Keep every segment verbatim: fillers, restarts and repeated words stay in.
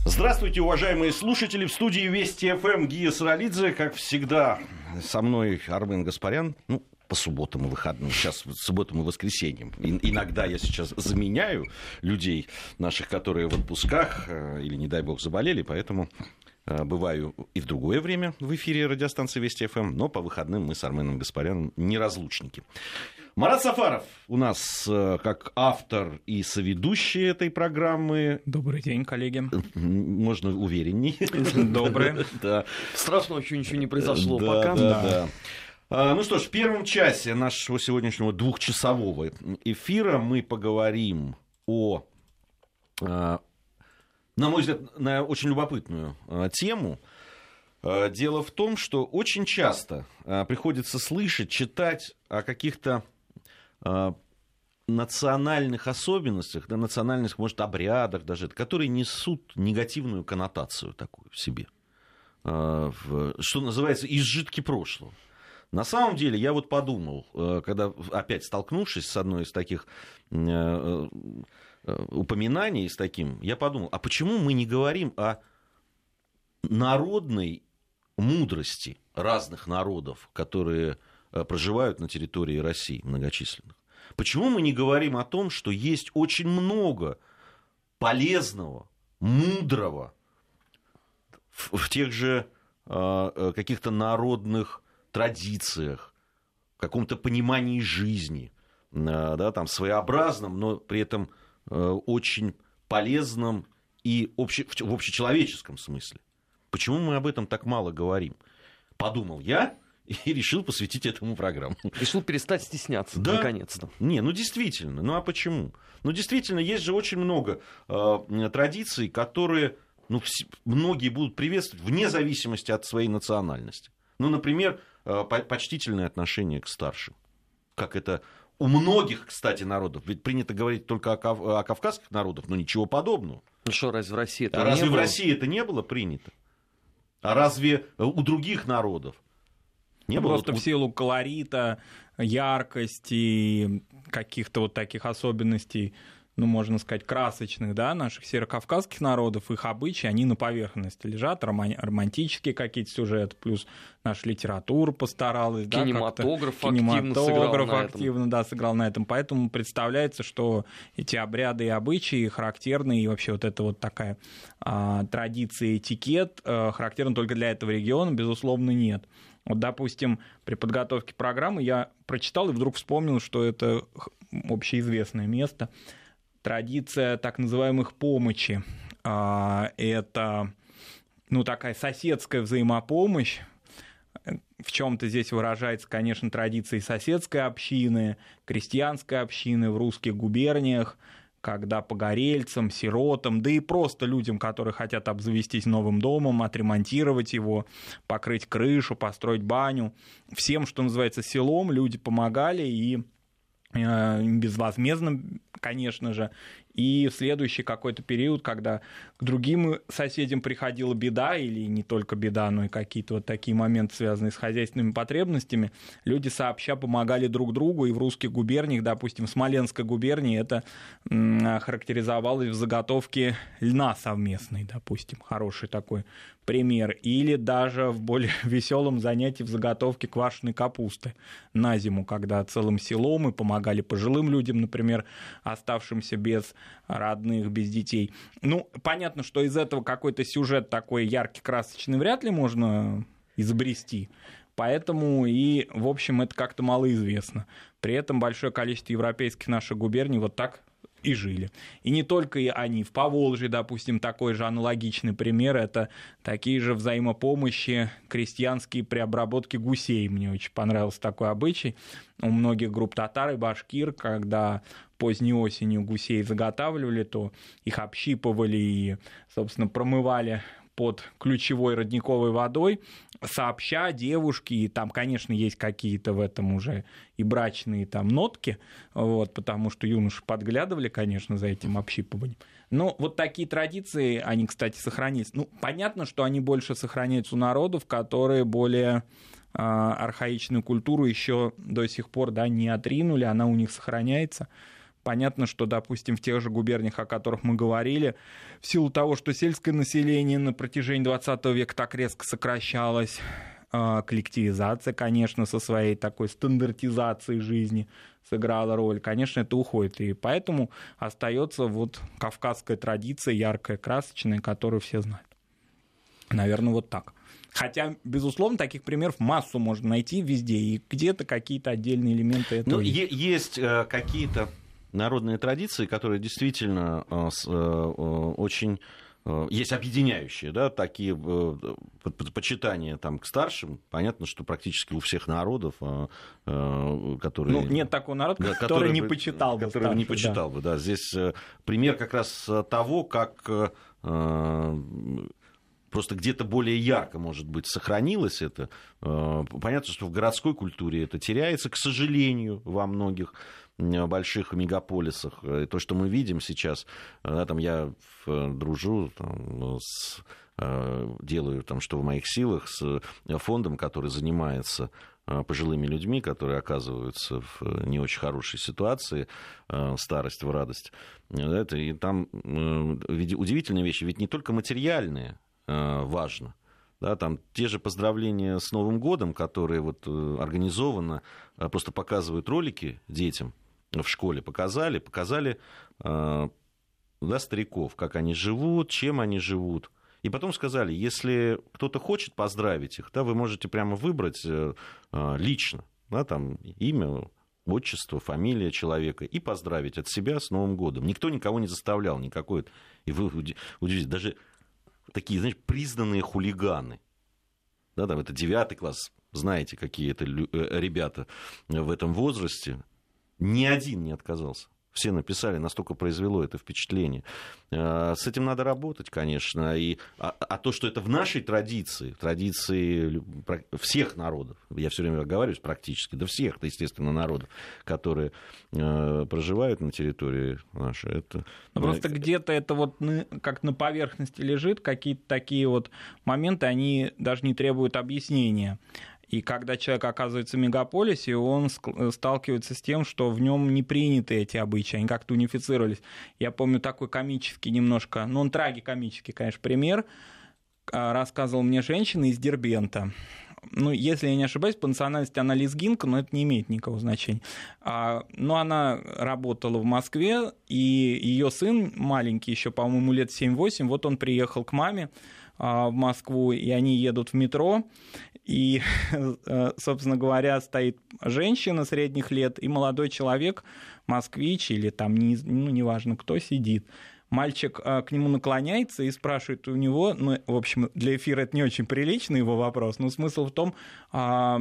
Здравствуйте, уважаемые слушатели. В студии Вести ФМ Гия Саралидзе. Как всегда, со мной Армен Гаспарян. Ну, по субботам и выходным. Сейчас субботам и воскресеньям. И, иногда я сейчас заменяю людей наших, которые в отпусках или, не дай бог, заболели. Поэтому бываю и в другое время в эфире радиостанции Вести ФМ. Но по выходным мы с Арменом Гаспаряном неразлучники. Марат Сафаров у нас как автор и соведущий этой программы. Добрый день, коллеги. Можно уверенней. Добрый. Да. Страшного еще ничего не произошло да, пока. Да, да. А, ну что ж, в первом часе нашего сегодняшнего двухчасового эфира мы поговорим о, на мой взгляд, на очень любопытную тему. Дело в том, что очень часто приходится слышать, читать о каких-то национальных особенностях, да, национальных, может, обрядах даже, которые несут негативную коннотацию такую в себе, что называется, изжитки прошлого. На самом деле, я вот подумал, когда опять столкнувшись с одной из таких упоминаний, с таким, я подумал, а почему мы не говорим о народной мудрости разных народов, которые проживают на территории России, многочисленных? Почему мы не говорим о том, что есть очень много полезного, мудрого в, в тех же э, каких-то народных традициях, в каком-то понимании жизни, э, да, там, своеобразном, но при этом э, очень полезном и обще, в общечеловеческом смысле? Почему мы об этом так мало говорим? Подумал я и решил посвятить этому программу. Решил перестать стесняться, да? Наконец-то. Не, ну действительно, ну а почему? Ну действительно, есть же очень много э, традиций, которые ну, вс- многие будут приветствовать вне зависимости от своей национальности. Ну, например, э, почтительное отношение к старшим. Как это у многих, кстати, народов. Ведь принято говорить только о, кав- о кавказских народах, но ничего подобного. Ну что, разве в России это а не разве было? в России это не было принято? А разве у других народов не было? Просто в силу колорита, яркости, каких-то вот таких особенностей, ну, можно сказать, красочных, да, наших северокавказских народов, их обычаи, они на поверхности лежат, роман- романтические какие-то сюжеты, плюс наша литература постаралась. Кинематограф да, активно кинематограф сыграл на активно, этом. Да, сыграл на этом. Поэтому представляется, что эти обряды и обычаи характерны, и вообще вот эта вот такая а, традиция, этикет а, характерна только для этого региона, безусловно, нет. Вот, допустим, при подготовке программы я прочитал и вдруг вспомнил, что это общеизвестное место. Традиция так называемых помощи. Это, ну, такая соседская взаимопомощь. В чем-то здесь выражается, конечно, традиция соседской общины, крестьянской общины в русских губерниях, когда погорельцам, сиротам, да и просто людям, которые хотят обзавестись новым домом, отремонтировать его, покрыть крышу, построить баню, всем, что называется, селом, люди помогали и э, безвозмездно, конечно же. И в следующий какой-то период, когда к другим соседям приходила беда, или не только беда, но и какие-то вот такие моменты, связанные с хозяйственными потребностями, люди сообща помогали друг другу, и в русских губерниях, допустим, в Смоленской губернии это характеризовалось в заготовке льна совместной, допустим, хороший такой пример, или даже в более веселом занятии в заготовке квашеной капусты на зиму, когда целым селом и помогали пожилым людям, например, оставшимся без родных, без детей. Ну, понятно, что из этого какой-то сюжет такой яркий, красочный вряд ли можно изобрести. Поэтому и, в общем, это как-то малоизвестно. При этом большое количество европейских наших губерний вот так и жили. И не только и они. В Поволжье, допустим, такой же аналогичный пример. Это такие же взаимопомощи, крестьянские при обработке гусей. Мне очень понравился такой обычай. У многих групп татар и башкир, когда поздней осенью гусей заготавливали, то их общипывали и, собственно, промывали под ключевой родниковой водой, сообща девушки, и там, конечно, есть какие-то в этом уже и брачные там нотки, вот, потому что юноши подглядывали, конечно, за этим общипыванием. Но вот такие традиции, они, кстати, сохранились. Ну, понятно, что они больше сохраняются у народов, которые более э, архаичную культуру еще до сих пор, да, не отринули, она у них сохраняется. Понятно, что, допустим, в тех же губерниях, о которых мы говорили, в силу того, что сельское население на протяжении двадцатого века так резко сокращалось, коллективизация, конечно, со своей такой стандартизацией жизни сыграла роль, конечно, это уходит. И поэтому остается вот кавказская традиция, яркая, красочная, которую все знают. Наверное, вот так. Хотя, безусловно, таких примеров массу можно найти везде, и где-то какие-то отдельные элементы этого ну, есть. Есть э, какие-то народные традиции, которые действительно э, с, э, очень... Э, есть объединяющие, да, такие э, почитания там, к старшим. Понятно, что практически у всех народов, э, э, которые... Ну, нет такого народа, да, который, который не бы, почитал бы который старших, не почитал да. бы, да. Здесь э, пример как раз того, как... Э, Просто где-то более ярко, может быть, сохранилось это. Понятно, что в городской культуре это теряется, к сожалению, во многих больших мегаполисах. И то, что мы видим сейчас, да, там я дружу, там, с, делаю, там, что в моих силах, с фондом, который занимается пожилыми людьми, которые оказываются в не очень хорошей ситуации, старость в радость. Это, и там удивительные вещи, ведь не только материальные, важно. Да, там те же поздравления с Новым годом, которые вот организованно просто показывают ролики детям в школе, показали, показали да, стариков, как они живут, чем они живут. И потом сказали, если кто-то хочет поздравить их, да, вы можете прямо выбрать лично, да, там, имя, отчество, фамилия человека и поздравить от себя с Новым годом. Никто никого не заставлял, никакой. И вы удивитесь, даже такие, знаете, признанные хулиганы. Да, там это девятый класс, знаете, какие это ребята в этом возрасте. Ни один не отказался. Все написали, настолько произвело это впечатление. С этим надо работать, конечно. И, а, а то, что это в нашей традиции, традиции всех народов, я все время оговариваюсь практически, да всех, естественно, народов, которые э, проживают на территории нашей. Это... Но просто где-то это вот как на поверхности лежит, какие-то такие вот моменты, они даже не требуют объяснения. И когда человек оказывается в мегаполисе, он сталкивается с тем, что в нем не приняты эти обычаи, они как-то унифицировались. Я помню такой комический немножко, ну он трагикомический, конечно, пример. Рассказывала мне женщина из Дербента. Ну, если я не ошибаюсь, по национальности она лезгинка, но это не имеет никакого значения. Но она работала в Москве, и ее сын маленький, еще, по-моему, лет семь-восемь, вот он приехал к маме в Москву, и они едут в метро, и, собственно говоря, стоит женщина средних лет и молодой человек, москвич или там, не, ну, неважно кто, сидит. Мальчик к нему наклоняется и спрашивает у него, ну, в общем, для эфира это не очень приличный его вопрос, но смысл в том, а,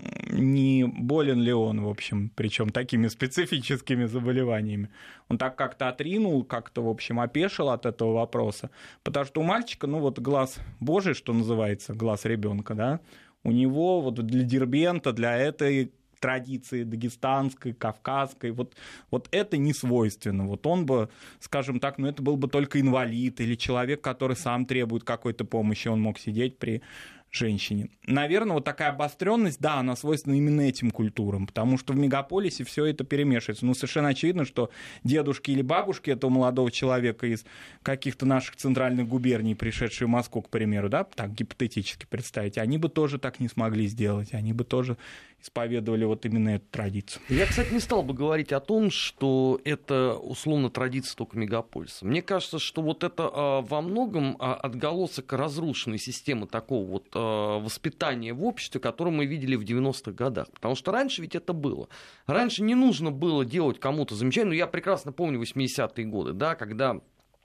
не болен ли он, в общем, причем такими специфическими заболеваниями. Он так как-то отринул, как-то, в общем, опешил от этого вопроса, потому что у мальчика, ну, вот глаз Божий, что называется, глаз ребенка, да, у него вот для Дербента, для этой традиции дагестанской, кавказской, вот, вот это не свойственно. Вот он бы, скажем так, ну это был бы только инвалид или человек, который сам требует какой-то помощи, он мог сидеть при женщине. Наверное, вот такая обостренность, да, она свойственна именно этим культурам, потому что в мегаполисе все это перемешивается. Ну, совершенно очевидно, что дедушки или бабушки этого молодого человека из каких-то наших центральных губерний, пришедшие в Москву, к примеру, да, так гипотетически представить, они бы тоже так не смогли сделать, они бы тоже исповедовали вот именно эту традицию. Я, кстати, не стал бы говорить о том, что это условно традиция только мегаполиса. Мне кажется, что вот это э, во многом э, отголосок разрушенной системы такого вот э, воспитания в обществе, которое мы видели в девяностых годах. Потому что раньше ведь это было. Раньше не нужно было делать кому-то замечание. Ну, я прекрасно помню восьмидесятые годы, да, когда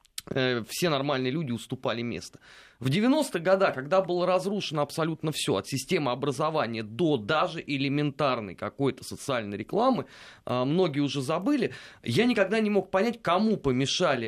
все нормальные люди уступали место. В девяностых годах, когда было разрушено абсолютно все, от системы образования до даже элементарной какой-то социальной рекламы, многие уже забыли, я никогда не мог понять, кому помешали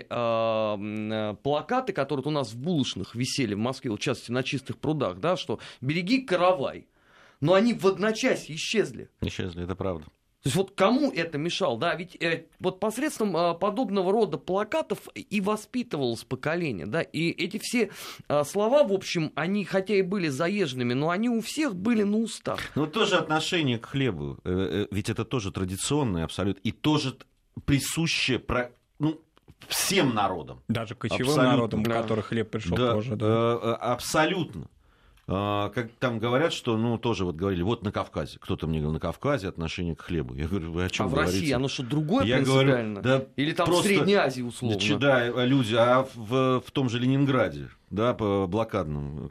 плакаты, которые у нас в булочных висели в Москве, в частности на Чистых прудах, да, что «береги каравай». Но они в одночасье исчезли. Исчезли, это правда. То есть вот кому это мешало, да, ведь э, вот посредством э, подобного рода плакатов и воспитывалось поколение, да, и эти все э, слова, в общем, они хотя и были заезженными, но они у всех были на устах. Ну, тоже отношение к хлебу, э, э, ведь это тоже традиционное абсолютно, и тоже присуще про, ну, всем народам. Даже кочевым Абсолютно. народам, Да. у которых хлеб пришел Да, позже. Да. э, абсолютно. А, как там говорят, что, ну, тоже вот говорили, вот на Кавказе. Кто-то мне говорил, на Кавказе отношение к хлебу. Я говорю, вы о чем А в говорите? России оно что, другое Я принципиально? говорю, да Или там просто, в Средней Азии, условно? Ч- Да, люди, а в, в том же Ленинграде, да, по блокадному,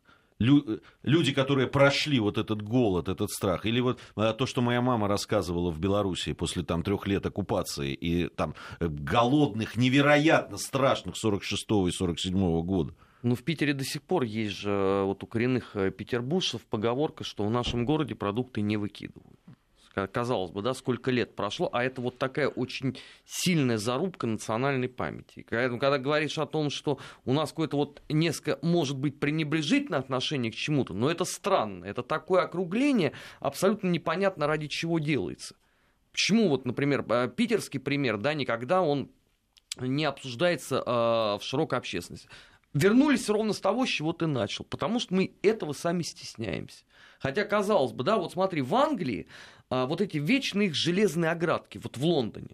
лю, люди, которые прошли вот этот голод, этот страх, или вот то, что моя мама рассказывала в Белоруссии после там трех лет оккупации и там голодных, невероятно страшных сорок шестого и сорок седьмого года. Ну, в Питере до сих пор есть же вот у коренных петербуржцев поговорка, что в нашем городе продукты не выкидывают. Казалось бы, да, сколько лет прошло, а это вот такая очень сильная зарубка национальной памяти. Когда, когда говоришь о том, что у нас какое-то вот несколько, может быть, пренебрежительное отношение к чему-то, но это странно, это такое округление, абсолютно непонятно, ради чего делается. Почему вот, например, питерский пример, да, никогда он не обсуждается э, в широкой общественности. Вернулись ровно с того, с чего ты начал, потому что мы этого сами стесняемся. Хотя, казалось бы, да, вот смотри, в Англии а, вот эти вечные их железные оградки, вот в Лондоне,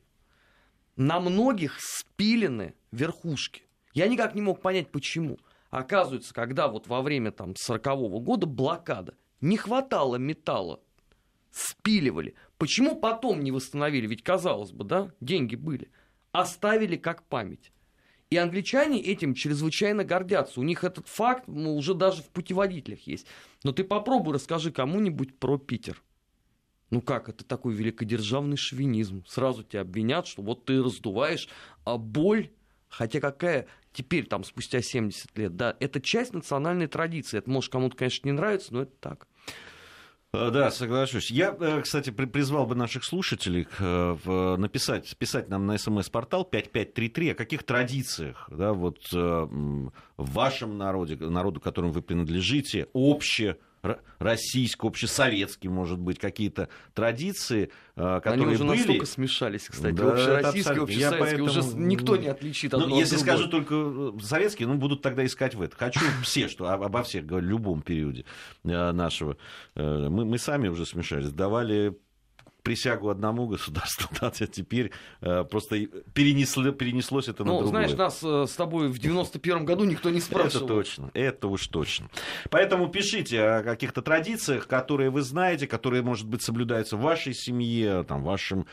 на многих спилены верхушки. Я никак не мог понять, почему. Оказывается, когда вот во время там сорокового года блокада, не хватало металла, спиливали. Почему потом не восстановили? Ведь, казалось бы, да, деньги были. Оставили как память. И англичане этим чрезвычайно гордятся. У них этот факт ну, уже даже в путеводителях есть. Но ты попробуй расскажи кому-нибудь про Питер. Ну как, это такой великодержавный шовинизм. Сразу тебя обвинят, что вот ты раздуваешь а боль. Хотя какая теперь, там, спустя семьдесят лет, да, это часть национальной традиции. Это может кому-то, конечно, не нравится, но это так. Да, соглашусь. Я, кстати, призвал бы наших слушателей написать, писать нам на смс-портал пять пять три три о каких традициях, да, вот, в вашем народе, народу, которому вы принадлежите, обще российские, общесоветские, может быть, какие-то традиции, которые Они уже были... настолько смешались, кстати. Да, общероссийские, общесоветские, уже никто не отличит одно ну, от если другого. скажу только советские, ну, будут тогда искать в это. Хочу все, что обо всех говорю, в любом периоде нашего. Мы, мы сами уже смешались, давали присягу одному государству, да, теперь э, просто перенесло, перенеслось это на ну, другое. Знаешь, нас э, с тобой в девяносто первом году никто не спрашивал. Это точно, это уж точно. Поэтому пишите о каких-то традициях, которые вы знаете, которые, может быть, соблюдаются в вашей семье, там, в вашем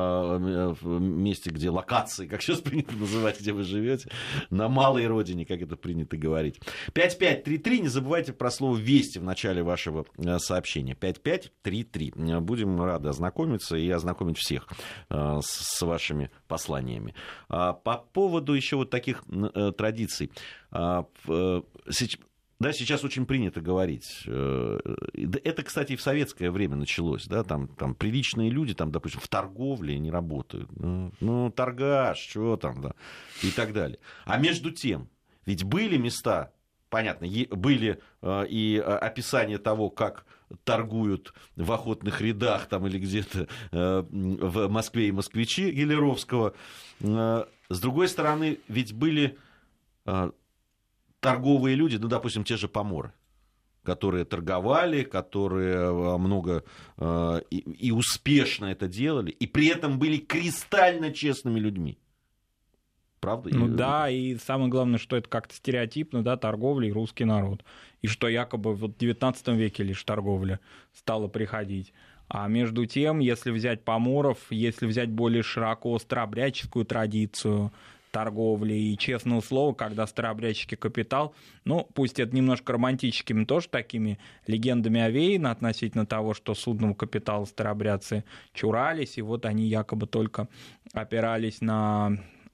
э, месте, где локации, как сейчас принято называть, где вы живете, на малой родине, как это принято говорить. пять пять три три, не забывайте про слово «Вести» в начале вашего сообщения. пять пять три три. Будем рады ознакомиться и ознакомить всех э, с вашими посланиями. А по поводу еще вот таких э, традиций. А, э, сейчас, да, сейчас очень принято говорить. Э, это, кстати, и в советское время началось. Да, там, там приличные люди, там, допустим, в торговле не работают. Ну, ну торгаш, что там, да, и так далее. А между тем, ведь были места, понятно, были э, и описания того, как торгуют в охотных рядах там, или где-то э, в Москве и москвичи Гелеровского. Э, с другой стороны, ведь были э, торговые люди, ну, допустим, те же поморы, которые торговали, которые много э, и, и успешно это делали, и при этом были кристально честными людьми. Правда? Ну и... да, и самое главное, что это как-то стереотипно, да, торговля и русский народ. И что якобы вот в девятнадцатом веке лишь торговля стала приходить. А между тем, если взять поморов, если взять более широко старообрядческую традицию торговли и честного слова, когда старообрядческий капитал, ну, пусть это немножко романтическими тоже такими легендами овеяно относительно того, что судного капитала старообрядцы чурались, и вот они якобы только опирались на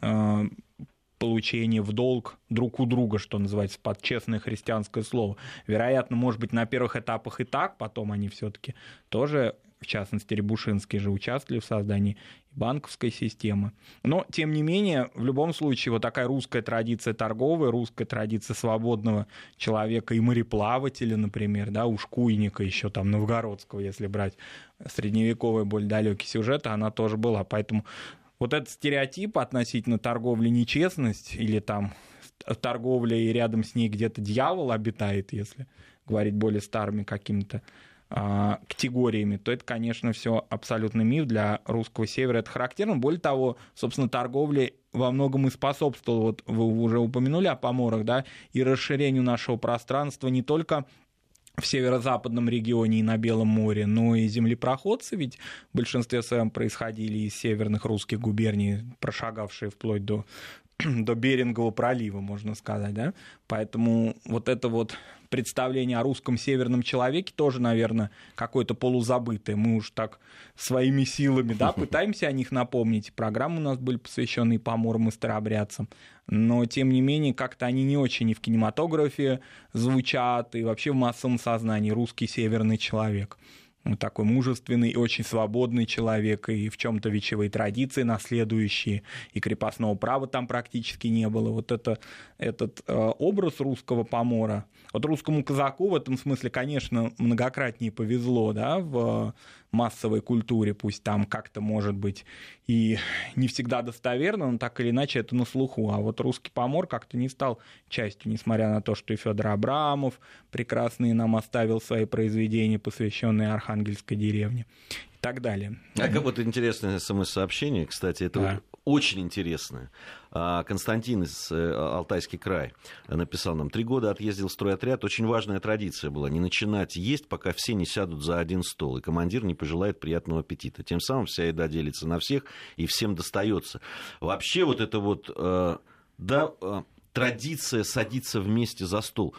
получение в долг друг у друга, что называется, под честное христианское слово. Вероятно, может быть, на первых этапах и так, потом они все-таки тоже, в частности, Рябушинские же участвовали в создании банковской системы. Но, тем не менее, в любом случае, вот такая русская традиция торговая, русская традиция свободного человека и мореплавателя, например, да, ушкуйника еще там новгородского, если брать средневековый, более далекий сюжет, она тоже была. Поэтому вот этот стереотип относительно торговли нечестность или там торговля и рядом с ней где-то дьявол обитает, если говорить более старыми какими-то категориями, то это, конечно, все абсолютно миф. Для русского севера это характерно. Более того, собственно, торговле во многом и способствовала, вот вы уже упомянули о поморах, да, и расширению нашего пространства не только в северо-западном регионе и на Белом море, но и землепроходцы, ведь в большинстве своем происходили из северных русских губерний, прошагавшие вплоть до, до Берингового пролива, можно сказать, да, поэтому вот это вот представление о русском северном человеке тоже, наверное, какое-то полузабытое. Мы уж так своими силами, да, пытаемся о них напомнить. Программы у нас были посвящены поморам и старообрядцам. Но, тем не менее, как-то они не очень и в кинематографе звучат, и вообще в массовом сознании русский северный человек. Вот такой мужественный и очень свободный человек, и в чем-то вечевые традиции наследующие, и крепостного права там практически не было. Вот это, этот э, образ русского помора. Вот русскому казаку в этом смысле, конечно, многократнее повезло, да, в массовой культуре, пусть там как-то, может быть, и не всегда достоверно, но так или иначе это на слуху. А вот русский помор как-то не стал частью, несмотря на то, что и Федор Абрамов прекрасные нам оставил свои произведения, посвященные Архангельской деревне, и так далее. А как вот интересное смс-сообщение, кстати, это да. Очень интересное. Константин из Алтайский край написал нам: три года отъездил стройотряд. Очень важная традиция была не начинать есть, пока все не сядут за один стол, и командир не пожелает приятного аппетита. Тем самым вся еда делится на всех, и всем достается. Вообще вот это вот, да, традиция садиться вместе за стол.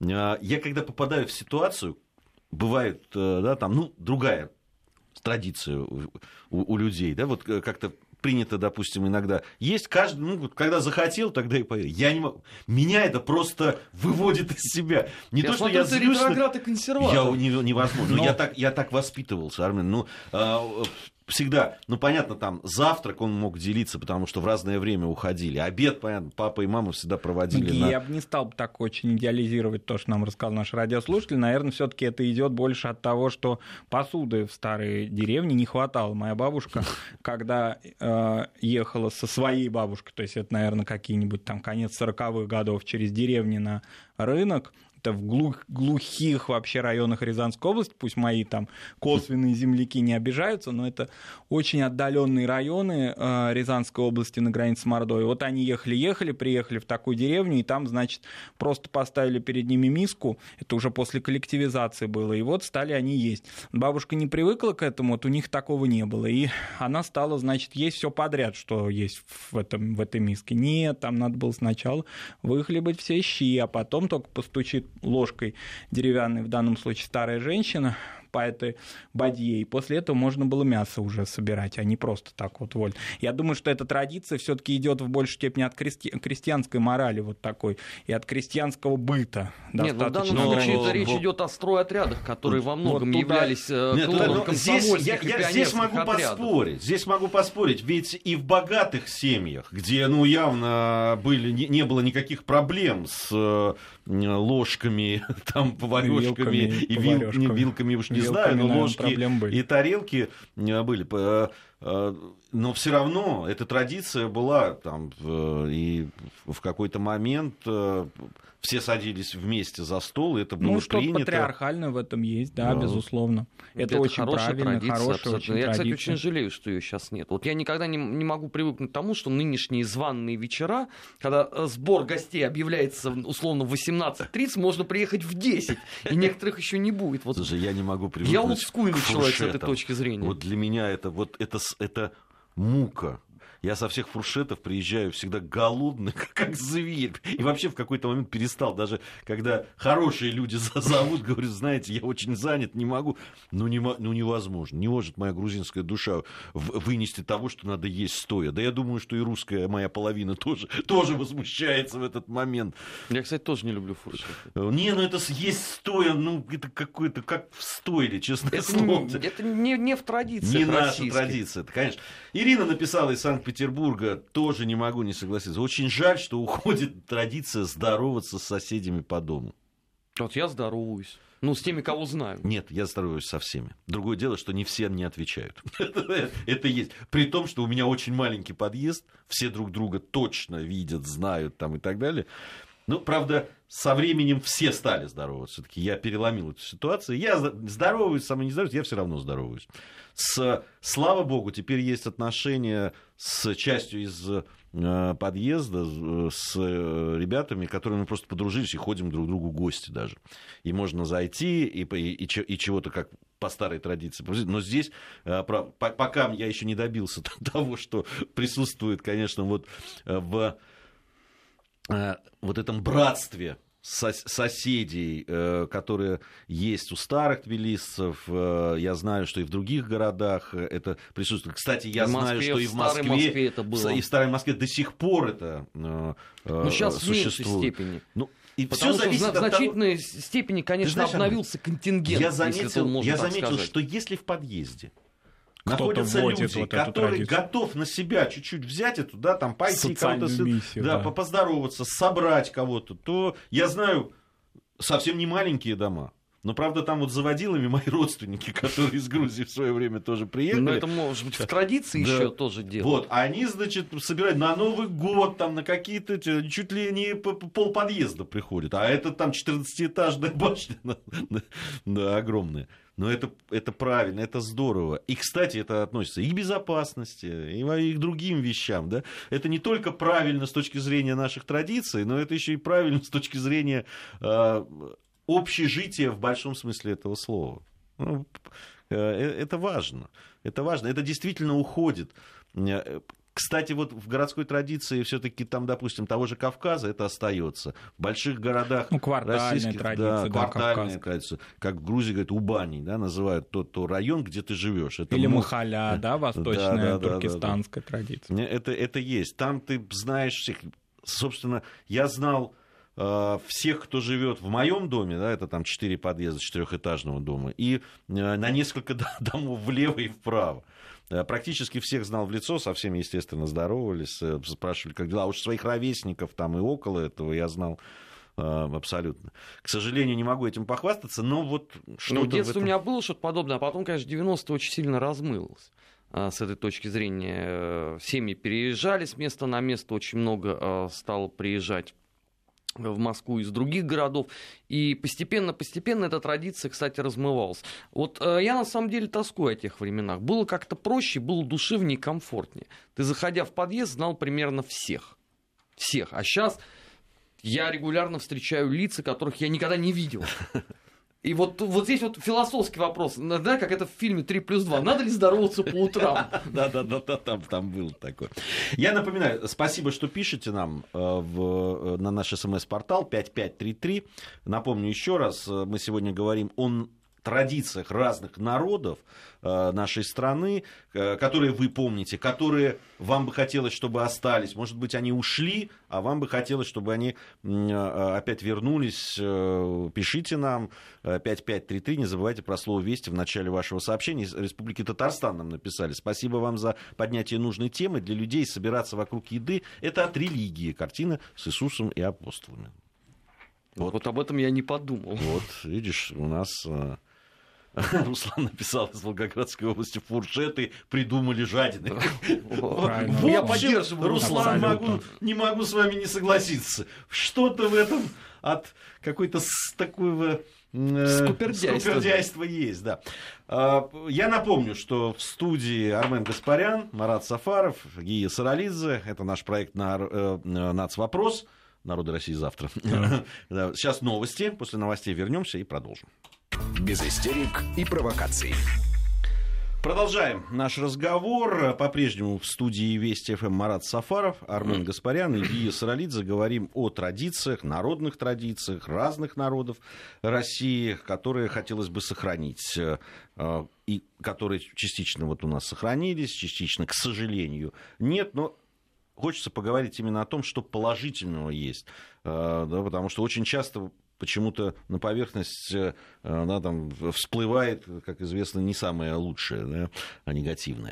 Я когда попадаю в ситуацию, бывает, да, там, ну, другая традиция у, у людей, да, вот как-то принято, допустим, иногда есть каждый, ну, когда захотел, тогда и поел. Я не могу. Меня это просто выводит из себя. Не я то, смотрю, что я злюсь. Ретроград и консерватор. Я не, невозможно. Но... Я, так, я так воспитывался, Армен. Ну, а, всегда, ну, понятно, там, завтрак он мог делиться, потому что в разное время уходили. Обед, понятно, папа и мама всегда проводили. Я на... бы не стал бы так очень идеализировать то, что нам рассказал наш радиослушатель. Наверное, все-таки это идет больше от того, что посуды в старой деревне не хватало. Моя бабушка, когда э, ехала со своей бабушкой, то есть это, наверное, какие-нибудь там конец сороковых годов, через деревни на рынок, это в глух, глухих вообще районах Рязанской области, пусть мои там косвенные земляки не обижаются, но это очень отдаленные районы э, Рязанской области на границе с Мордовией. Вот они ехали-ехали, приехали в такую деревню, и там, значит, просто поставили перед ними миску, это уже после коллективизации было, и вот стали они есть. Бабушка не привыкла к этому, вот у них такого не было, и она стала, значит, есть все подряд, что есть в, этом, в этой миске. Нет, там надо было сначала выхлебать все щи, а потом только постучит ложкой деревянной, в данном случае старая женщина, по этой бадье, и после этого можно было мясо уже собирать, а не просто так вот вольно. Я думаю, что эта традиция все-таки идет в большей степени от крести... крестьянской морали вот такой, и от крестьянского быта. Нет, ну в данном случае но... речь идет о стройотрядах, которые во многом вот туда... являлись Нет, клоном комсомольских я, и я здесь могу отрядов. поспорить, здесь могу поспорить, ведь и в богатых семьях, где, ну, явно были, не, не было никаких проблем с ложками, там, поварёшками и вилками, вилками, уж не знаю, но ложки и тарелки были. Но все равно эта традиция была там, и в какой-то момент все садились вместе за стол, и это было ну, принято. Ну, что патриархально в этом есть, да, да. безусловно. Это, это очень правильно, традиция, хорошая очень Я, традиция. кстати, очень жалею, что ее сейчас нет. Вот я никогда не, не могу привыкнуть к тому, что нынешние званые вечера, когда сбор гостей объявляется условно в восемнадцать тридцать, можно приехать в десять, и некоторых еще не будет. Вот. Слушай, я не могу привыкнуть я олдскульный человек с этой точки зрения. Вот для меня это, вот, это, это мука. Я со всех фуршетов приезжаю всегда голодный, как зверь. И вообще в какой-то момент перестал. Даже когда хорошие люди зовут, говорю, знаете, я очень занят, не могу. Ну, не, ну невозможно. Не может моя грузинская душа вынести того, что надо есть стоя. Да я думаю, что и русская моя половина тоже, тоже возмущается в этот момент. Я, кстати, тоже не люблю фуршеты. Не, ну это есть стоя, ну это какое-то, как в стойле, честное это слово. Не, это не, не в традиции. Не наша традиция, это, конечно. Ирина написала из Санкт-Петербурга. Петербурга, тоже не могу не согласиться. Очень жаль, что уходит традиция здороваться с соседями по дому. Вот я здороваюсь. Ну, с теми, кого знаю. Нет, я здороваюсь со всеми. Другое дело, что не все мне отвечают. Это есть. При том, что у меня очень маленький подъезд, все друг друга точно видят, знают там и так далее. Ну, правда, со временем все стали здороваться. Все-таки я переломил эту ситуацию. Я здороваюсь, сам не здороваюсь, я все равно здороваюсь. С, слава богу, теперь есть отношения с частью из э, подъезда, с э, ребятами, которыми мы просто подружились и ходим друг к другу в гости даже. И можно зайти, и, и, и, и чего-то как по старой традиции. Но здесь, э, про, по, пока я еще не добился того, что присутствует, конечно, вот в... вот этом братстве соседей, которые есть у старых тбилисцев, я знаю, что и в других городах это присутствует. Кстати, я в знаю, Москве, что и в Москве, в Москве это было. И в Старой Москве до сих пор это ну, сейчас существует. В меньшей степени. Ну, и Потому все что зависит в от того... значительной степени, конечно, знаешь, обновился контингент, я заметил, если это можно я так заметил, сказать. что если в подъезде кто-то находятся люди, вот которые готов на себя чуть-чуть взять эту, да, там пойти кого-то, миссию, да, да. поздороваться, собрать кого-то, то я знаю совсем не маленькие дома. Но, правда, там вот заводилами мои родственники, которые из Грузии в свое время тоже приехали. Но это, может быть, в традиции да. еще тоже делают. Вот, они, значит, собирают на Новый год, там, на какие-то, чуть ли не полподъезда приходят. А это там четырнадцатиэтажная башня, да, огромная. Но это, это правильно, это здорово. И, кстати, это относится и к безопасности, и к другим вещам. Да? Это не только правильно с точки зрения наших традиций, но это еще и правильно с точки зрения э, общежития в большом смысле этого слова. Ну, э, это важно. Это важно. Это действительно уходит. Кстати, вот в городской традиции все-таки там, допустим, того же Кавказа это остается. В больших городах ну, квартальная российских, традиция, да, да, квартальная традиция, как в Грузии говорят, Убани, да, называют тот, тот район, где ты живешь. Это Или мог... Махаля, да, восточная да, да, туркестанская да, да. традиция. Это, это есть. Там ты знаешь всех. Собственно, я знал э, всех, кто живет в моем доме, да, это там четыре подъезда четырехэтажного дома, и э, на несколько домов влево и вправо. Практически всех знал в лицо, со всеми, естественно, здоровались, спрашивали, как дела. А уж своих ровесников там и около этого я знал э, абсолютно. К сожалению, не могу этим похвастаться, но вот что-то Ну, в детстве в этом... у меня было что-то подобное, а потом, конечно, девяностые очень сильно размылось. С этой точки зрения семьи переезжали с места на место, очень много стало приезжать в Москву из других городов, и постепенно-постепенно эта традиция, кстати, размывалась. Вот э, я на самом деле тоскую о тех временах. Было как-то проще, было душевнее и комфортнее. Ты, заходя в подъезд, знал примерно всех. Всех. А сейчас я регулярно встречаю лица, которых я никогда не видел. И вот, вот здесь вот философский вопрос, да, как это в фильме три плюс два. Надо ли здороваться по утрам? Да-да-да, там, там был такой. Я напоминаю, спасибо, что пишете нам в, на наш смс-портал пять пять три три. Напомню еще раз, мы сегодня говорим о традициях разных народов нашей страны, которые вы помните, которые вам бы хотелось, чтобы остались. Может быть, они ушли, а вам бы хотелось, чтобы они опять вернулись. Пишите нам пять пять три три. Не забывайте про слово «Вести» в начале вашего сообщения. Из Республики Татарстан нам написали. Спасибо вам за поднятие нужной темы. Для людей собираться вокруг еды – это от религии. Картина с Иисусом и апостолами. Вот, вот об этом я не подумал. Вот, видишь, у нас... Руслан написал из Волгоградской области: фуршеты придумали жадины. Я поддерживаю, Руслан, могу, не могу с вами не согласиться. Что-то в этом от какой-то такого скупердяйства есть. Да. Я напомню, что в студии Армен Гаспарян, Марат Сафаров, Гия Саралидзе. Это наш проект «Нацвопрос». Народы России завтра. Сейчас новости. После новостей вернемся и продолжим. Без истерик и провокаций. Продолжаем наш разговор. По-прежнему в студии Вести ФМ Марат Сафаров, Армен Гаспарян и Гия Саралидзе. Говорим о традициях, народных традициях разных народов России, которые хотелось бы сохранить. И которые частично вот у нас сохранились, частично, к сожалению, нет. Но хочется поговорить именно о том, что положительного есть. Да, потому что очень часто... почему-то на поверхность она там всплывает, как известно, не самое лучшее, да, а негативное.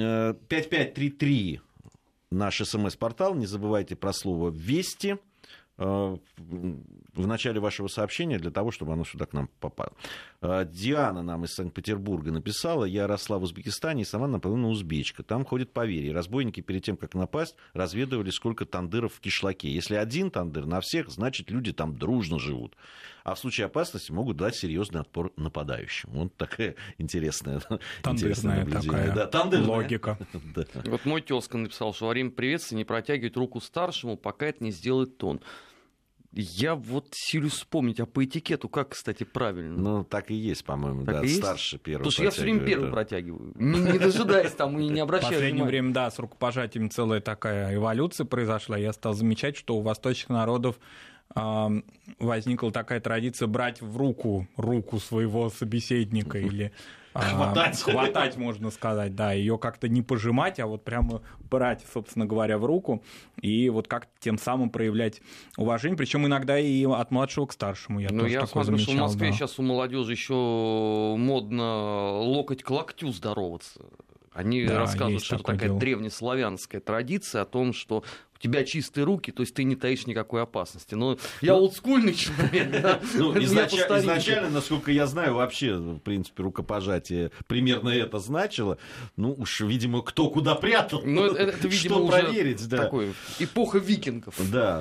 пять пять три три наш смс-портал. Не забывайте про слово «Вести». в начале вашего сообщения для того, чтобы оно сюда к нам попало. Диана нам из Санкт-Петербурга написала: я росла в Узбекистане и сама наполовину узбечка. Там ходит поверье. Разбойники перед тем, как напасть, разведывали, сколько тандыров в кишлаке. Если один тандыр на всех, значит, люди там дружно живут. А в случае опасности могут дать серьезный отпор нападающим. Вот такая интересная, интересная такая да, тандырная логика. Да. Вот мой тезка написал, что во время приветствия не протягивать руку старшему, пока это не сделает тон. Я вот силюсь вспомнить, а по этикету как, кстати, правильно? Ну, так и есть, по-моему, так да, старший первый. Потому что я все время первый да. протягиваю, не, не дожидаясь там и не обращаясь. В последнее время, да, с рукопожатием целая такая эволюция произошла. Я стал замечать, что у восточных народов возникла такая традиция брать в руку руку своего собеседника или хватать. хватать, можно сказать, да, ее как-то не пожимать, а вот прямо брать, собственно говоря, в руку и вот как тем самым проявлять уважение, причем иногда и от младшего к старшему. Я ну, тоже я такое смотрю, замечал, что в Москве да. сейчас у молодежи еще модно локоть к локтю здороваться. Они да, рассказывают, что это такая дело. древнеславянская традиция о том, что у тебя чистые руки, то есть ты не таишь никакой опасности. Но я олдскульный человек. Ну, изначально, насколько я знаю, вообще, в принципе, рукопожатие примерно это значило. Ну уж, видимо, кто куда прятал, ну, это, это, видимо, что уже проверить. Да. Такой, эпоха викингов. Да.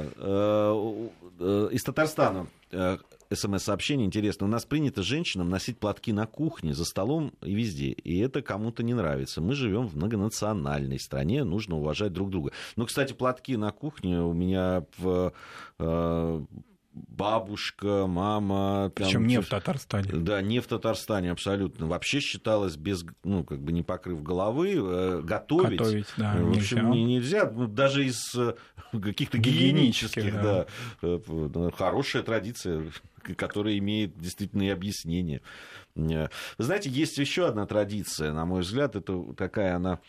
Из Татарстана СМС-сообщение интересно. У нас принято женщинам носить платки на кухне, за столом и везде. И это кому-то не нравится. Мы живем в многонациональной стране, нужно уважать друг друга. Ну, кстати, платки на кухне у меня в... Э, бабушка, мама... Причем там, не в Татарстане. Да, не в Татарстане, абсолютно. Вообще считалось, без, ну, как бы не покрыв головы, э, готовить. Готовить, да, в общем, нельзя. нельзя. Ну, даже из э, каких-то гигиенических, да. Да, э, хорошая традиция, которая имеет действительно и объяснение. Вы знаете, есть еще одна традиция, на мой взгляд, это такая она...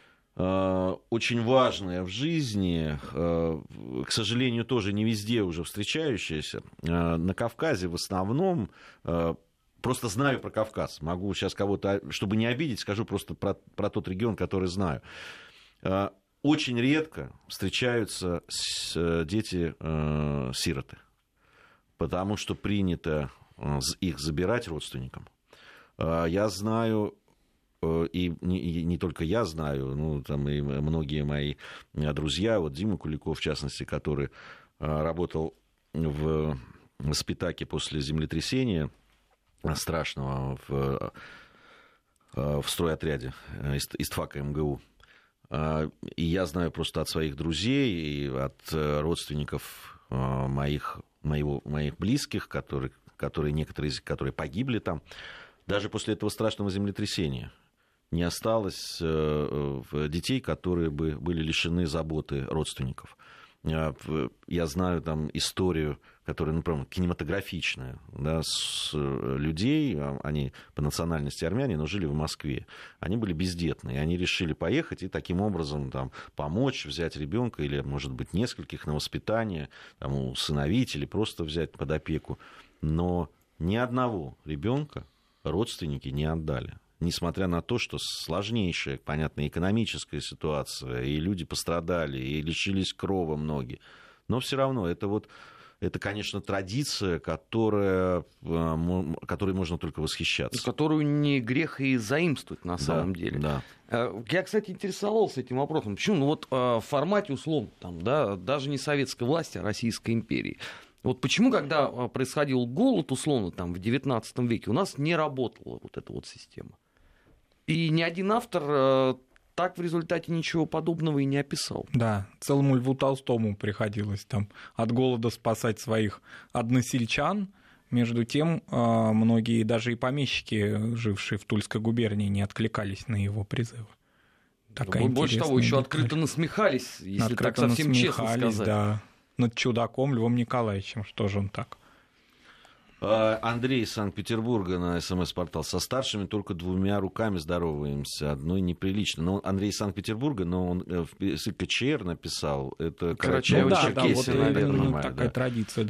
очень важная в жизни, к сожалению, тоже не везде уже встречающаяся. На Кавказе в основном, просто знаю про Кавказ, могу сейчас кого-то, чтобы не обидеть, скажу просто про, про тот регион, который знаю. Очень редко встречаются дети-сироты, потому что принято их забирать родственникам. Я знаю... И не, и не только я знаю, ну, там и многие мои друзья, вот Дима Куликов, в частности, который работал в Спитаке после землетрясения страшного в, в стройотряде ИСТФАКа МГУ. И я знаю просто от своих друзей и от родственников моих, моего, моих близких, которые, которые, некоторые из них, которые погибли там, даже после этого страшного землетрясения. Не осталось детей, которые бы были лишены заботы родственников. Я знаю там историю, которая, например, кинематографичная, да, с людей, они по национальности армяне, но жили в Москве. Они были бездетные, они решили поехать и таким образом там, помочь, взять ребенка или, может быть, нескольких на воспитание, там, усыновить или просто взять под опеку. Но ни одного ребенка родственники не отдали. Несмотря на то, что сложнейшая, понятно, экономическая ситуация, и люди пострадали, и лишились крова многие. Но все равно это вот, это, конечно, традиция, которая, которой можно только восхищаться. Которую не грех и заимствовать на самом да, деле. Да. Я, кстати, интересовался этим вопросом. Почему? Ну вот в формате, условно, там, да, даже не советской власти, а Российской империи. Вот почему, когда происходил голод, условно, там, в девятнадцатом веке, у нас не работала вот эта вот система. И ни один автор э, так в результате ничего подобного и не описал. Да, целому Льву Толстому приходилось там от голода спасать своих односельчан. Между тем, э, многие даже и помещики, жившие в Тульской губернии, не откликались на его призывы. Такая Больше того, еще деталь. Открыто насмехались, если открыто так совсем честно сказать. Да, над чудаком Львом Николаевичем, что же он так. Андрей из Санкт-Петербурга на СМС-портал. Со старшими только двумя руками здороваемся, одной неприлично. Но Андрей из Санкт-Петербурга, но он в КЧР написал, это Карачаево-Черкесия, ну, да, да, вот понимаю, такая да. традиция,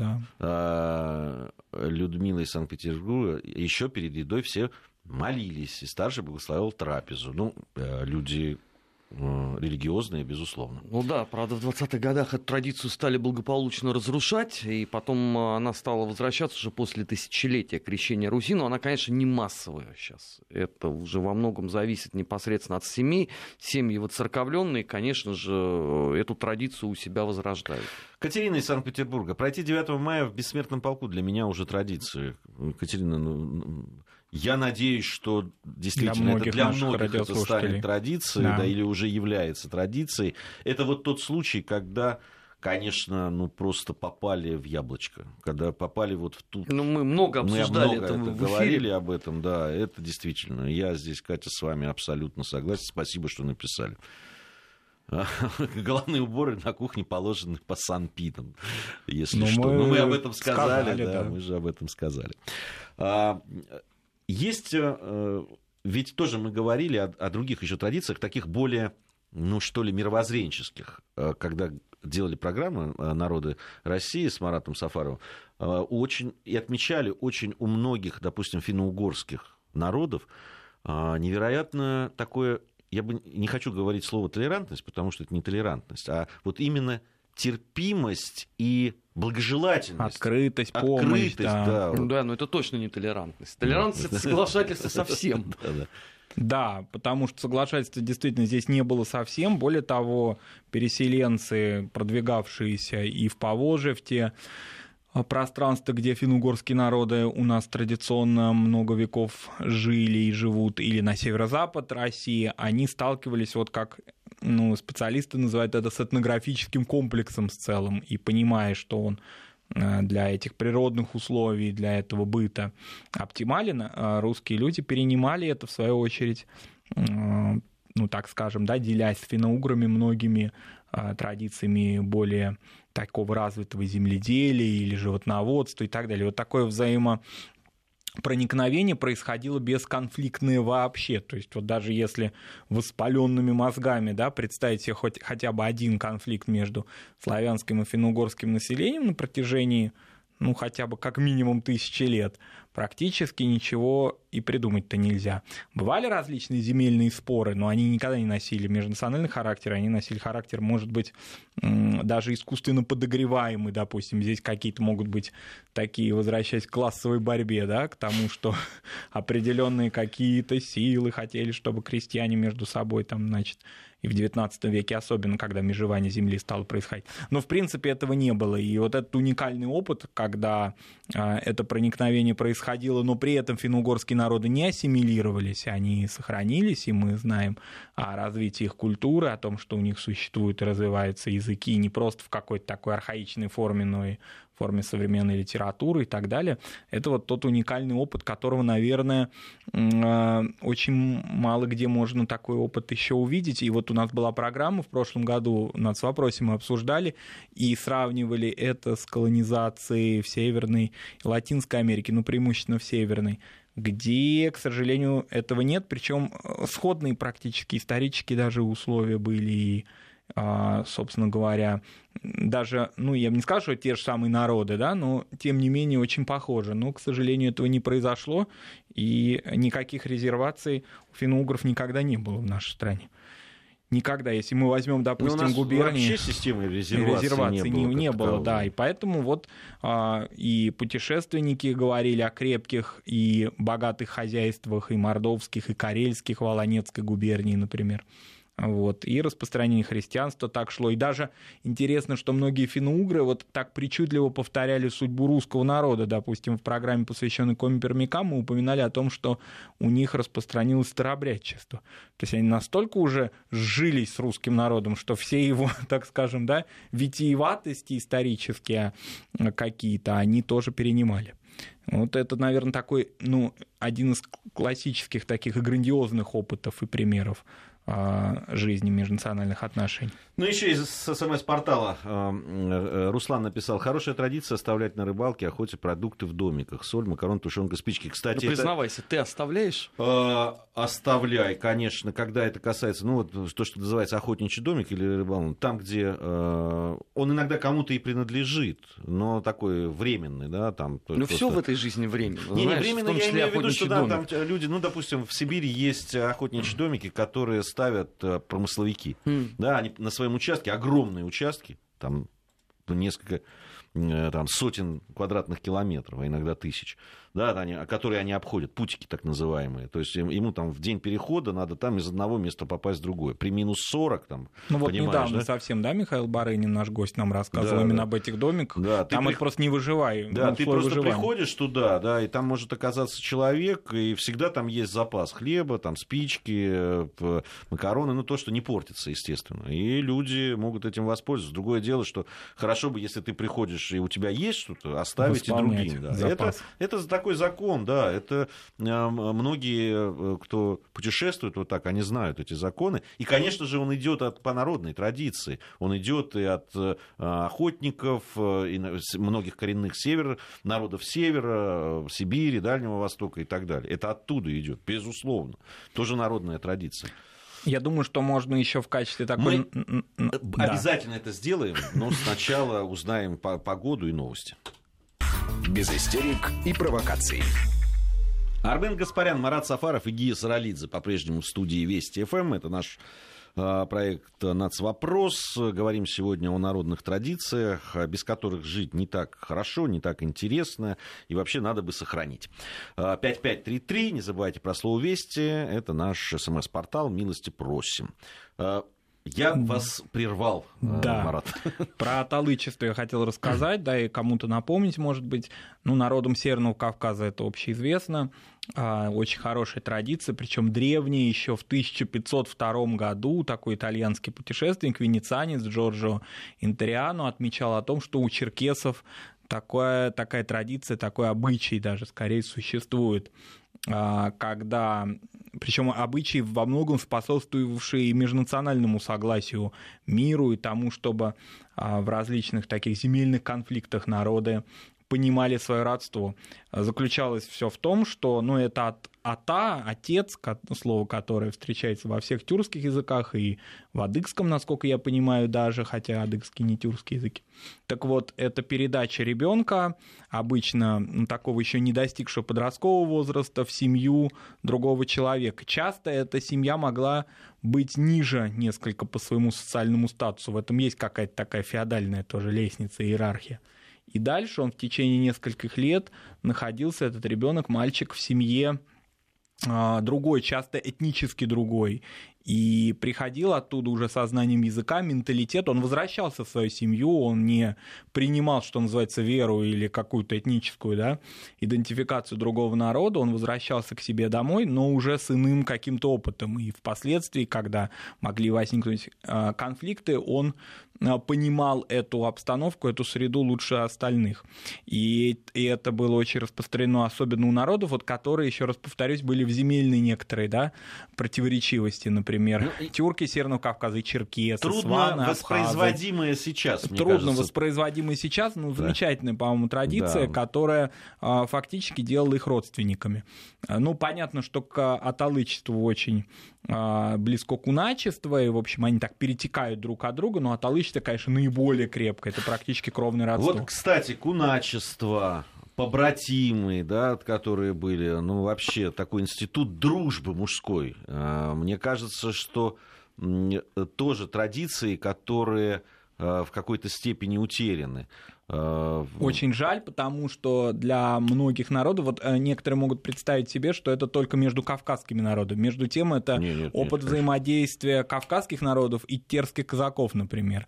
да. Людмила из Санкт-Петербурга, еще перед едой все молились, и старший благословил трапезу. Ну, люди религиозные, безусловно. Ну да, правда, в двадцатых годах эту традицию стали благополучно разрушать, и потом она стала возвращаться уже после тысячелетия крещения Руси, но она, конечно, не массовая сейчас. Это уже во многом зависит непосредственно от семей. Семьи воцерковленные, конечно же, эту традицию у себя возрождают. Катерина из Санкт-Петербурга. Пройти девятого мая в бессмертном полку для меня уже традиция. Катерина, ну... Я надеюсь, что действительно для это для многих это станет традицией, да. Да, или уже является традицией. Это вот тот случай, когда, конечно, ну просто попали в яблочко, когда попали вот в ту... Ну, мы много обсуждали мы много это, это в говорили об этом, да, это действительно. Я здесь, Катя, с вами абсолютно согласен. Спасибо, что написали. Головные уборы на кухне положены по санпинам, если Но что. Мы... Но мы об этом сказали, сказали да, да, мы же об этом сказали. Есть, ведь тоже мы говорили о, о других еще традициях, таких более, ну что ли, мировоззренческих. Когда делали программу «Народы России» с Маратом Сафаровым, очень, и отмечали очень у многих, допустим, финно-угорских народов невероятно такое, я бы не хочу говорить слово толерантность, потому что это не толерантность, а вот именно терпимость и благожелательность. Открытость, помощь. Открытость, да. Да, ну, да, но это точно не толерантность. Толерантность — это соглашательство со всем. Да, потому что соглашательства действительно здесь не было совсем. Более того, переселенцы, продвигавшиеся и в Поволжье, в те пространства, где финно-угорские народы у нас традиционно много веков жили и живут, или на северо-запад России, они сталкивались, вот как ну, специалисты называют это, с этнографическим комплексом в целом, и понимая, что он для этих природных условий, для этого быта оптимален, русские люди перенимали это, в свою очередь, ну, так скажем, да, делясь с финно-уграми многими традициями более такого развитого земледелия или животноводства и так далее. Вот такое взаимопроникновение происходило бесконфликтное вообще. То есть вот даже если воспаленными мозгами, да, представить себе хоть, хотя бы один конфликт между славянским и финно-угорским населением на протяжении, ну, хотя бы как минимум тысячи лет, практически ничего и придумать-то нельзя. Бывали различные земельные споры, но они никогда не носили межнациональный характер, они носили характер, может быть, даже искусственно подогреваемый, допустим. Здесь какие-то могут быть такие, возвращаясь к классовой борьбе, да, к тому, что определенные какие-то силы хотели, чтобы крестьяне между собой, там, значит, и в девятнадцатом веке особенно, когда межевание земли стало происходить. Но, в принципе, этого не было. И вот этот уникальный опыт, когда это проникновение происходило, но при этом финно-угорские народы не ассимилировались, они сохранились, и мы знаем о развитии их культуры, о том, что у них существуют и развиваются языки не просто в какой-то такой архаичной форме, но и в форме современной литературы и так далее. Это вот тот уникальный опыт, которого, наверное, очень мало где можно такой опыт еще увидеть. И вот у нас была программа в прошлом году, «Нацвопросе» мы обсуждали и сравнивали это с колонизацией в Северной и Латинской Америке, ну, преимущественно в Северной, где, к сожалению, этого нет, причем сходные практически исторические даже условия были, и, собственно говоря, даже, ну, я бы не сказал, что те же самые народы, да, но, тем не менее, очень похожи. Но, к сожалению, этого не произошло, и никаких резерваций у финно-угров никогда не было в нашей стране. Никогда. Если мы возьмем, допустим, губернии... Вообще системы резервации, резервации не было, не, не было, да. И поэтому вот а, и путешественники говорили о крепких и богатых хозяйствах и мордовских, и карельских, Волонецкой губернии, например. Вот. И распространение христианства так шло. И даже интересно, что многие финно-угры вот так причудливо повторяли судьбу русского народа. Допустим, в программе, посвященной коми-пермякам, мы упоминали о том, что у них распространилось старообрядчество. То есть они настолько уже сжились с русским народом, что все его, так скажем, да, витиеватости исторические какие-то они тоже перенимали. Вот это, наверное, такой, ну, один из классических таких и грандиозных опытов и примеров жизни межнациональных отношений. Ну, еще из СМС-портала Руслан написал: хорошая традиция оставлять на рыбалке, охоте продукты в домиках. Соль, макарон, тушенка, спички. Кстати, ну, признавайся, это... ты оставляешь? Э, оставляй, конечно, когда это касается, ну, вот то, что называется охотничий домик или рыбалка, там, где э, он иногда кому-то и принадлежит, но такой временный, да, там... Ну, просто... все в этой жизни временно. Не, не временно, я имею в виду, что да, там люди, ну, допустим, в Сибири есть охотничьи домики, которые ставят промысловики. Mm. Да, они на своем участке, огромные участки, там несколько там, сотен квадратных километров, а иногда тысяч, да, они, которые они обходят, путики так называемые. То есть ему там в день перехода надо там из одного места попасть в другое. При минус сорок, там, ну вот недавно да? совсем, да, Михаил Барынин, наш гость, нам рассказывал да, именно да. об этих домиках. Да, там при... это просто не выживай. Да, ты просто выживания. приходишь туда, да, и там может оказаться человек, и всегда там есть запас хлеба, там спички, макароны, ну то, что не портится, естественно. И люди могут этим воспользоваться. Другое дело, что хорошо бы, если ты приходишь, и у тебя есть что-то, оставить и другим. Да. Это, это такой закон, да, это многие, кто путешествует вот так, они знают эти законы. И, конечно же, он идет от, по народной традиции. Он идет и от охотников, и многих коренных север, народов севера, Сибири, Дальнего Востока и так далее. Это оттуда идет, безусловно. Тоже народная традиция. Я думаю, что можно еще в качестве такой... Мы да. обязательно это сделаем, но сначала узнаем погоду и новости. Без истерик и провокаций. Армен Гаспарян, Марат Сафаров и Гия Саралидзе по-прежнему в студии Вести ФМ. Это наш э, проект «Нацвопрос». Говорим сегодня о народных традициях, без которых жить не так хорошо, не так интересно и вообще надо бы сохранить. пять пять три три, не забывайте про слово «Вести». Это наш СМС-портал. Милости просим. Я вас прервал, да. Марат. Про аталычество я хотел рассказать, да, и кому-то напомнить, может быть. Ну, народам Северного Кавказа это общеизвестно. Очень хорошая традиция, причем древняя. Еще в тысяча пятьсот втором году такой итальянский путешественник, венецианец Джорджо Интериано отмечал о том, что у черкесов такая, такая традиция, такой обычай даже скорее существует, когда, причем обычаи во многом способствовавшие межнациональному согласию, миру и тому, чтобы в различных таких земельных конфликтах народы понимали свое родство. Заключалось все в том, что ну, это от ата, отец, слово, которое встречается во всех тюркских языках и в адыгском, насколько я понимаю, даже, хотя адыгский не тюркский язык. Так вот, это передача ребенка, обычно ну, такого еще не достигшего подросткового возраста, в семью другого человека. Часто эта семья могла быть ниже несколько по своему социальному статусу. В этом есть какая-то такая феодальная тоже лестница, иерархия. И дальше он в течение нескольких лет находился, этот ребенок, мальчик, в семье другой, часто этнически другой. И приходил оттуда уже со знанием языка, менталитет, он возвращался в свою семью, он не принимал, что называется, веру или какую-то этническую, да, идентификацию другого народа, он возвращался к себе домой, но уже с иным каким-то опытом. И впоследствии, когда могли возникнуть конфликты, он понимал эту обстановку, эту среду лучше остальных. И, и это было очень распространено, особенно у народов, вот, которые, еще раз повторюсь, были в земельной некоторой, да, противоречивости, например. Например, ну, тюрки Северного Кавказа и черкесы, трудно сваны, воспроизводимые абхазы. Сейчас, мне Трудно кажется. воспроизводимые сейчас, но да. замечательная, по-моему, традиция, да. которая а, фактически делала их родственниками. Ну, понятно, что к аталычеству очень а, близко куначество, и, в общем, они так перетекают друг от друга, но аталычество, конечно, наиболее крепкое, это практически кровное родство. Вот, кстати, куначество... побратимы, да, которые были, ну, вообще такой институт дружбы мужской. Мне кажется, что тоже традиции, которые в какой-то степени утеряны. Очень жаль, потому что для многих народов, вот некоторые могут представить себе, что это только между кавказскими народами. Между тем, это нет, нет, опыт нет, взаимодействия кавказских народов и терских казаков, например.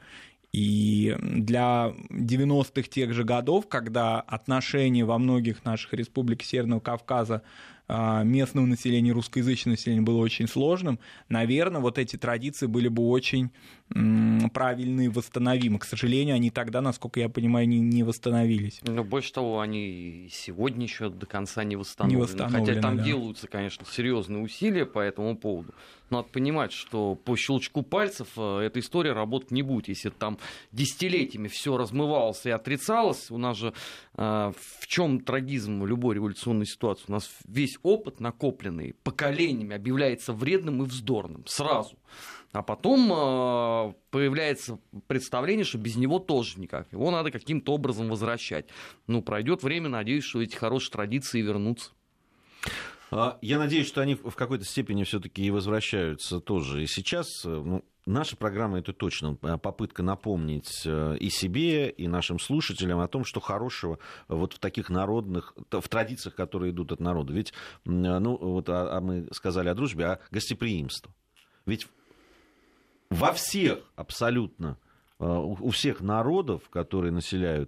И для девяностых тех же годов, когда отношения во многих наших республиках Северного Кавказа местного населения, русскоязычного населения было очень сложным, наверное, вот эти традиции были бы очень правильны и восстановимы. К сожалению, они тогда, насколько я понимаю, не, не восстановились. Но больше того, они сегодня еще до конца не восстановлены. Не восстановлены, хотя там да. делаются, конечно, серьезные усилия по этому поводу. Надо понимать, что по щелчку пальцев эта история работать не будет. Если там десятилетиями все размывалось и отрицалось, у нас же в чем трагизм любой революционной ситуации? У нас весь опыт, накопленный поколениями, объявляется вредным и вздорным сразу. А потом э, появляется представление, что без него тоже никак. Его надо каким-то образом возвращать. Ну, пройдет время, надеюсь, что эти хорошие традиции вернутся. Я надеюсь, что они в какой-то степени все-таки и возвращаются тоже. И сейчас, ну, наша программа — это точно попытка напомнить и себе, и нашим слушателям о том, что хорошего вот в таких народных, в традициях, которые идут от народа. Ведь, ну, вот а, а мы сказали о дружбе, о гостеприимстве. Ведь во всех абсолютно, у всех народов, которые населяют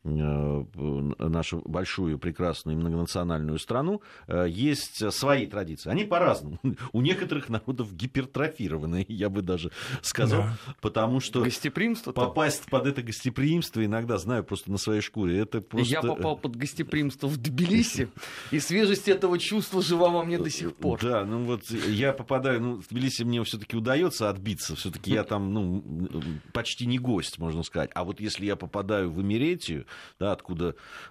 нашу большую, прекрасную и многонациональную страну, есть свои традиции. Они по-разному. У некоторых народов гипертрофированные, я бы даже сказал, да. Потому что попасть под это гостеприимство иногда, знаю просто на своей шкуре, это просто... Я попал под гостеприимство в Тбилиси, и свежесть этого чувства жива во мне до сих пор. Да, ну вот я попадаю, ну, в Тбилиси мне все-таки удается отбиться, все-таки я там, ну, почти не гость, можно сказать. А вот если я попадаю в Имеретию, да, откуда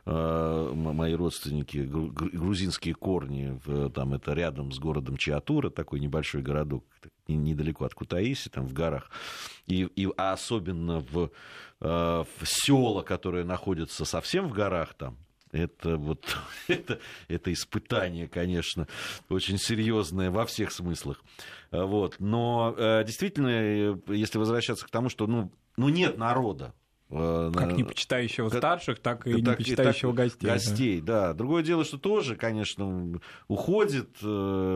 э, мои родственники, грузинские корни, в, там, это рядом с городом Чиатура, такой небольшой городок, недалеко от Кутаиси, там в горах, и, и, а особенно в, э, в села, которые находятся совсем в горах, там, это, вот, это, это испытание, конечно, очень серьезное во всех смыслах. Вот. Но э, действительно, если возвращаться к тому, что ну, ну, нет народа, как не почитающего как, старших, так и так, не почитающего так, гостей. Гостей, да. да. Другое дело, что тоже, конечно, уходит э,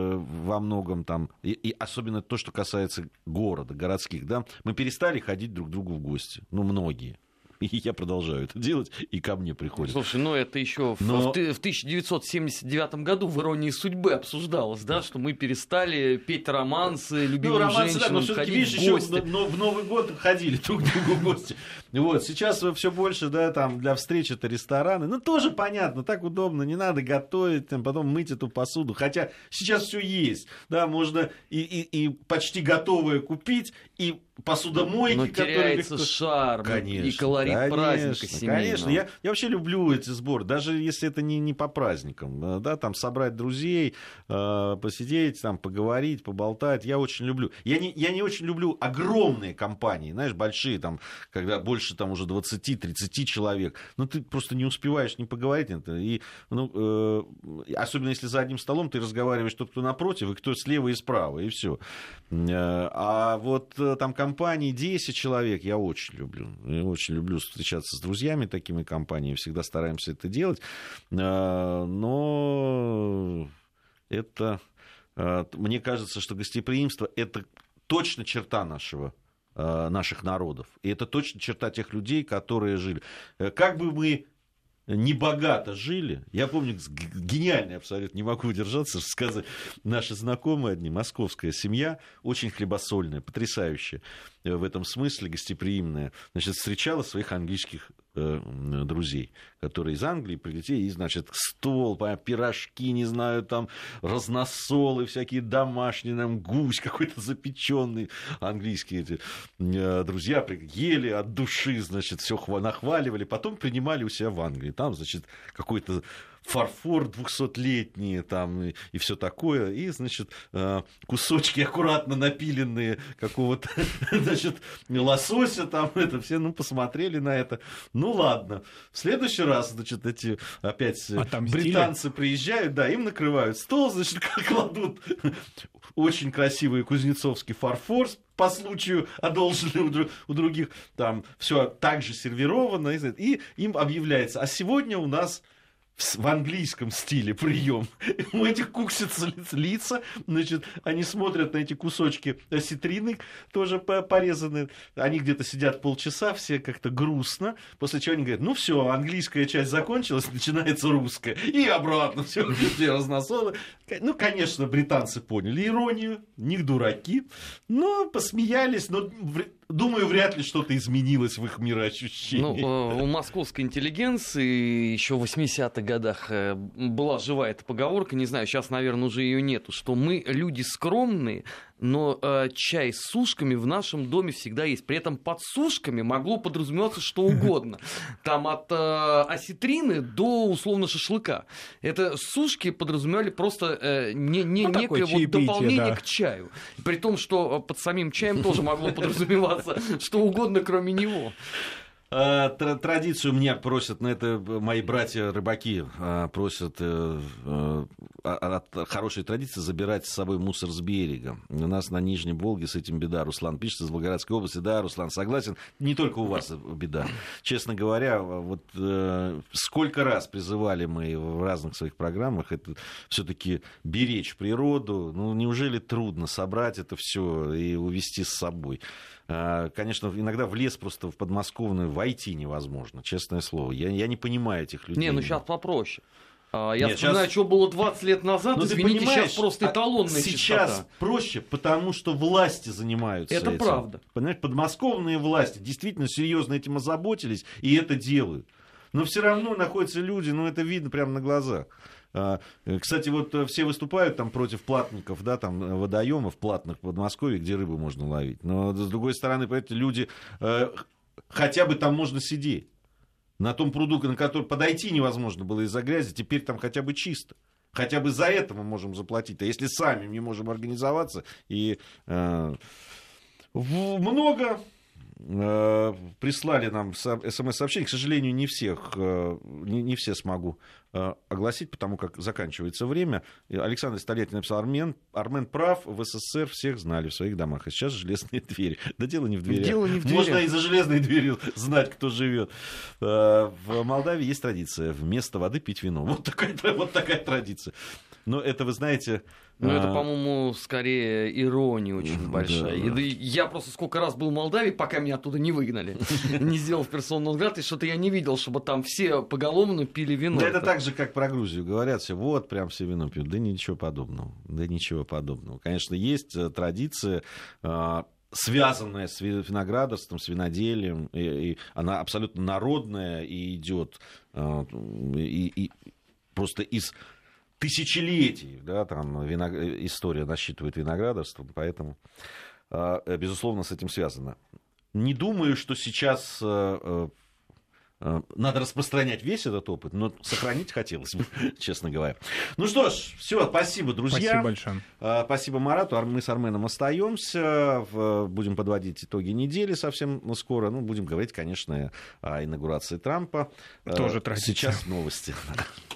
во многом там, и, и особенно то, что касается города, городских, да, мы перестали ходить друг к другу в гости, ну, многие. И я продолжаю это делать, и ко мне приходят. Слушай, ну это еще Но... в, в тысяча девятьсот семьдесят девятом году в «Иронии судьбы» обсуждалось, да, что мы перестали петь романсы, любимым ну, романсы, женщинам, да, ходить видишь, в гости. Еще в Новый год ходили друг к другу в гости. Вот, сейчас все больше, да, там, для встреч это рестораны. Ну, тоже понятно, так удобно, не надо готовить, там, потом мыть эту посуду. Хотя сейчас все есть, да, можно и, и, и почти готовое купить, и посудомойки, но теряется которые... шарм конечно, и колорит конечно, праздника семейного. Конечно, я, я вообще люблю эти сборы, даже если это не, не по праздникам, да, там собрать друзей, э, посидеть, там, поговорить, поболтать, я очень люблю. Я не, я не очень люблю огромные компании, знаешь, большие, там, когда больше там уже двадцать-тридцать человек, ну, ты просто не успеваешь не поговорить, это, и, ну, э, особенно если за одним столом ты разговариваешь тот, кто напротив, и кто слева и справа, и все. А вот там компании десять человек я очень люблю. Я очень люблю встречаться с друзьями такими компаниями. Всегда стараемся это делать. Но это... Мне кажется, что гостеприимство — это точно черта нашего, наших народов. И это точно черта тех людей, которые жили. Как бы мы небогато жили. Я помню, гениальный абсолютно, не могу удержаться, сказать, наши знакомые одни, московская семья, очень хлебосольная, потрясающая в этом смысле, гостеприимная, значит, встречала своих английских э, друзей, которые из Англии прилетели, и, значит, стол, пирожки, не знаю, там, разносолы всякие домашние, там, гусь какой-то запеченный, английские эти э, друзья ели от души, значит, все нахваливали, потом принимали у себя в Англии. Там, значит, какой-то фарфор двухсотлетний там, и, и все такое, и, значит, кусочки аккуратно напиленные какого-то, значит, лосося там, это все, ну, посмотрели на это, ну, ладно. В следующий раз, значит, эти опять Отомстили. британцы приезжают, да, им накрывают стол, значит, кладут очень красивый кузнецовский фарфор, по случаю одолженный у других, там все так же сервировано, и им объявляется, а сегодня у нас в английском стиле прием. У этих куксятся лица, значит, они смотрят на эти кусочки осетрины, тоже порезанные, они где-то сидят полчаса, все как-то грустно, после чего они говорят, ну все, английская часть закончилась, начинается русская, и обратно все, все разносолы. Ну, конечно, британцы поняли иронию, не дураки, но посмеялись, но... Думаю, вряд ли что-то изменилось в их мироощущении. Ну, у московской интеллигенции еще в восьмидесятых годах была живая эта поговорка, не знаю, сейчас, наверное, уже ее нету, что мы люди скромные, но э, чай с сушками в нашем доме всегда есть. При этом под сушками могло подразумеваться что угодно. Там от э, осетрины до, условно, шашлыка. Это сушки подразумевали просто э, не, не, ну, некое вот дополнение да. к чаю. При том, что под самим чаем тоже могло подразумеваться что угодно, кроме него. Традицию меня просят, на это мои братья-рыбаки просят от хорошей традиции забирать с собой мусор с берега. У нас на Нижнем Волге с этим беда. Руслан пишет из Волгоградской области. Да, Руслан, согласен. Не только у вас беда. Честно говоря, вот сколько раз призывали мы в разных своих программах это все-таки беречь природу. Ну, неужели трудно собрать это все и увезти с собой? Конечно, иногда в лес просто в подмосковную войти невозможно, честное слово. Я, я не понимаю этих людей. Не, ну сейчас попроще. Я Нет, вспоминаю, сейчас... что было двадцать лет назад, ну, извините, сейчас просто эталонная сейчас чистота. Проще, потому что власти занимаются это этим. Правда. Понимаешь, подмосковные власти действительно серьезно этим озаботились и это делают. Но все равно находятся люди, ну это видно прямо на глазах. Кстати, вот все выступают там против платников, да, там водоемов платных в Подмосковье, где рыбу можно ловить. Но с другой стороны, понимаете, люди э, хотя бы там можно сидеть. На том пруду, на который подойти невозможно было из-за грязи, теперь там хотя бы чисто. Хотя бы за это мы можем заплатить. А если сами не можем организоваться, и э, много... прислали нам смс-сообщение, к сожалению, не всех, не, не все смогу огласить, потому как заканчивается время. Александр Столетний написал: Армен, Армен прав, в СССР всех знали в своих домах, а сейчас железные двери. Да дело не в дверях. Дело не в дверях. Можно и за железной дверью знать, кто живет. В Молдавии есть традиция вместо воды пить вино. Вот такая, вот такая традиция. Но это, вы знаете... Ну, это, по-моему, скорее ирония очень большая. Да, да. Я просто сколько раз был в Молдавии, пока меня оттуда не выгнали. Не сделал персону нон-грата, и что-то я не видел, чтобы там все поголовно пили вино. Да это так же, как про Грузию говорят, все, вот прям все вино пьют. Да ничего подобного. Да ничего подобного. Конечно, есть традиция, связанная с виноградарством, с виноделием. И она абсолютно народная и идет и, и просто из... тысячелетий, да, там виног... история насчитывает виноградарство, поэтому, безусловно, с этим связано. Не думаю, что сейчас надо распространять весь этот опыт, но сохранить хотелось бы, честно говоря. Ну что ж, все, спасибо, друзья. Спасибо большое. Спасибо Марату. Мы с Арменом остаемся. Будем подводить итоги недели совсем скоро. Ну, будем говорить, конечно, о инаугурации Трампа. Тоже традиция. Сейчас новости.